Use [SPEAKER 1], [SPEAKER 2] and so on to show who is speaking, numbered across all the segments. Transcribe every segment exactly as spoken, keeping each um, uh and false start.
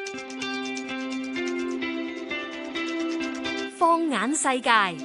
[SPEAKER 1] 放眼世界。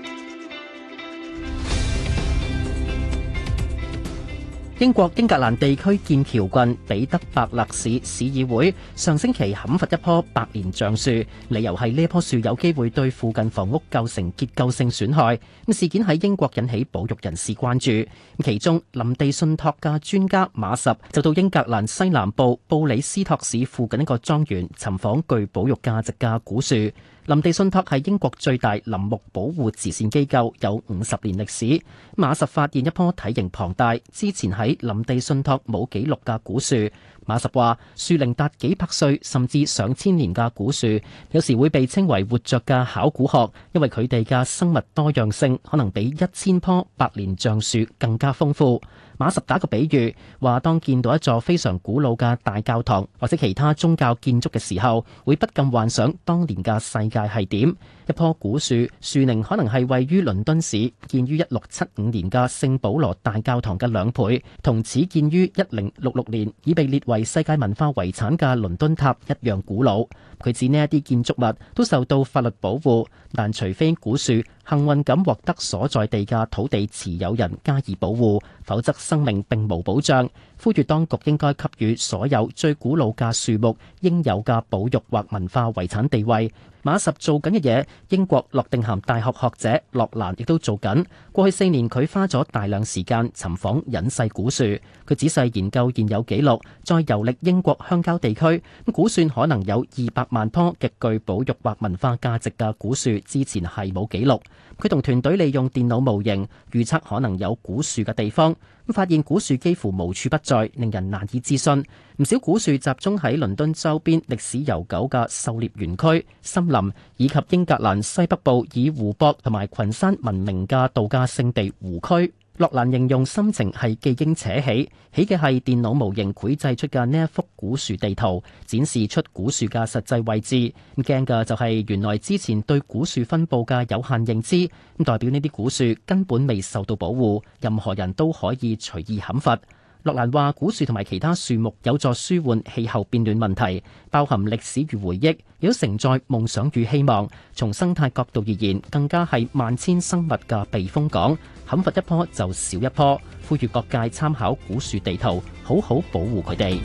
[SPEAKER 2] 英國英格蘭地區劍橋郡彼得伯勒市市議會上星期砍伐一棵百年橡樹，理由係呢棵樹有機會對附近房屋構成結構性損害。事件喺英國引起保育人士關注。其中林地信託嘅專家馬什就到英格蘭西南部布里斯托市附近一個莊園尋訪具保育價值嘅古樹。林地信託係英國最大林木保護慈善機構，有五十年歷史。馬什發現一棵體型龐大、之前喺林地信託冇記錄嘅古樹。馬什話，樹齡達幾百歲甚至上千年嘅古樹，有時會被稱為活着嘅考古學，因為佢哋嘅生物多樣性可能比一千棵百年橡樹更加豐富。馬什打個比喻，話當見到一座非常古老嘅大教堂或者其他宗教建築嘅時候，會不禁幻想當年嘅世界係點。一棵古樹樹齡可能係位於倫敦市建於一六七五年嘅聖保羅大教堂嘅兩倍，同此建於一零六六年已被列為世界文化遺產嘅倫敦塔一樣古老。佢指呢一啲建築物都受到法律保護，但除非古樹幸運咁獲得所在地嘅土地持有人加以保護，否則生命並無保障。呼籲當局應該給予所有最古老嘅樹木應有嘅保育或文化遺產地位。馬什做緊嘅嘢，英國諾定咸大學學者洛蘭亦都做緊。過去四年，佢花咗大量時間尋訪隱世古樹。佢仔細研究現有紀錄，再遊歷英國鄉郊地區，估算可能有二百萬棵極具保育或文化價值嘅古樹之前係冇紀錄。佢同團隊利用電腦模型預測可能有古樹嘅地方，咁發現古樹幾乎無處不在，令人難以置信。唔少古樹集中喺倫敦周邊歷史悠久嘅狩獵園區、森林，以及英格蘭西北部以湖泊同埋群山聞名嘅度假勝地湖區。洛蘭形容心情係既驚且喜，喜嘅係電腦模型繪製出嘅呢一幅古樹地圖，展示出古樹嘅實際位置。驚嘅就係原來之前對古樹分佈嘅有限認知，咁代表呢啲古樹根本未受到保護，任何人都可以隨意砍伐。洛蘭話，古樹同埋其他樹木有助舒緩氣候變暖問題，包含歷史與回憶，亦都承載夢想與希望。從生態角度而言，更加係萬千生物嘅避風港。砍伐一棵就少一棵，呼籲各界參考古樹地圖，好好保護佢哋。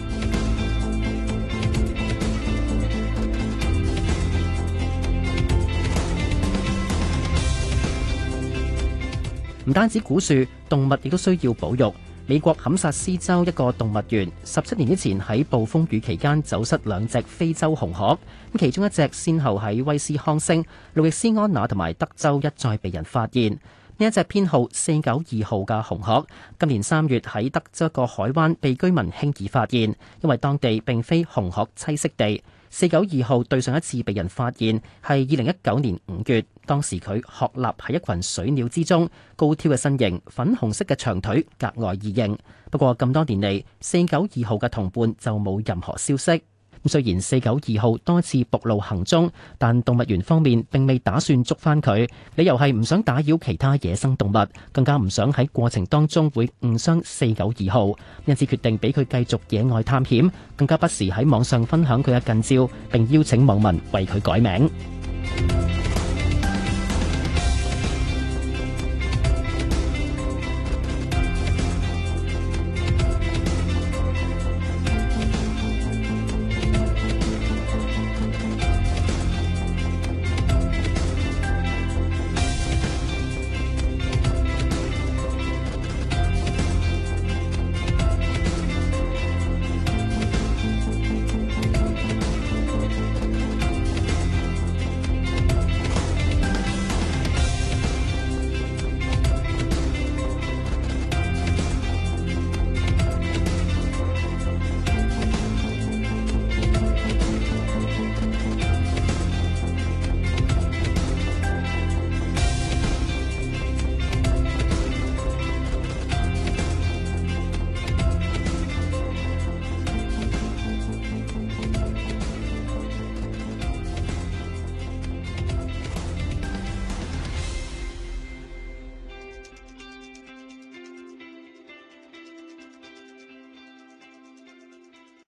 [SPEAKER 2] 唔單止古樹，動物亦都需要保育。美國堪薩斯州一個動物園十七年之前喺暴風雨期間走失兩隻非洲紅鶴，咁其中一隻先後喺威斯康星、路易斯安那同埋德州一再被人發現。呢一隻編號四九二號嘅紅鶴，今年三月喺德州一個海灣被居民輕易發現，因為當地並非紅鶴棲息地。四九二號對上一次被人發現係二零一九年五月，當時佢鶴立喺一群水鳥之中，高挑嘅身形、粉紅色嘅長腿格外易認。不過咁多年嚟，四九二號嘅同伴就冇任何消息。雖然四九二號多次暴露行蹤，但動物園方面並未打算捉翻佢，理由係唔想打擾其他野生動物，更加唔想喺過程當中會誤傷四九二號，因此決定俾佢繼續野外探險，更加不時喺網上分享佢嘅近照，並邀請網民為佢改名。